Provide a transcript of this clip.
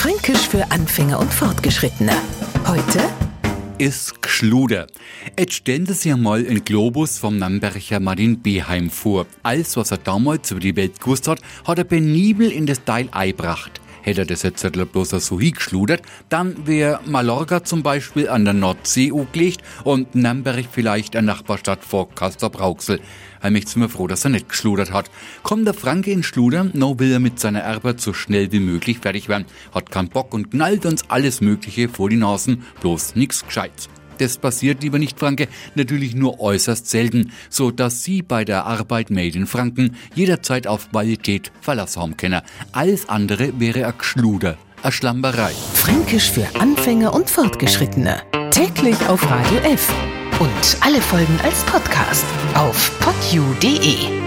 Fränkisch für Anfänger und Fortgeschrittene. Heute ist gschluder. Jetzt stellen Sie sich mal einen Globus vom Nürnberger Martin Beheim vor. Alles, was er damals über die Welt gewusst hat, hat er penibel in das Teil eingebracht. Hätte er das jetzt bloß so hingeschludert, dann wäre Mallorca zum Beispiel an der Nordsee angelegt und Nürnberg vielleicht eine Nachbarstadt vor Castrop-Rauxel. Ich bin mir froh, dass er nicht geschludert hat. Kommt der Franke in Schluder, no will er mit seiner Arbeit so schnell wie möglich fertig werden, hat keinen Bock und knallt uns alles Mögliche vor die Nasen, bloß nix Gescheites. Das passiert, lieber Nicht-Franke, natürlich nur äußerst selten, so dass Sie bei der Arbeit Made in Franken jederzeit auf Qualität Verlass haben können. Alles andere wäre ein Gschluder, eine Schlamperei. Fränkisch für Anfänger und Fortgeschrittene. Täglich auf Radio F. Und alle Folgen als Podcast auf podu.de.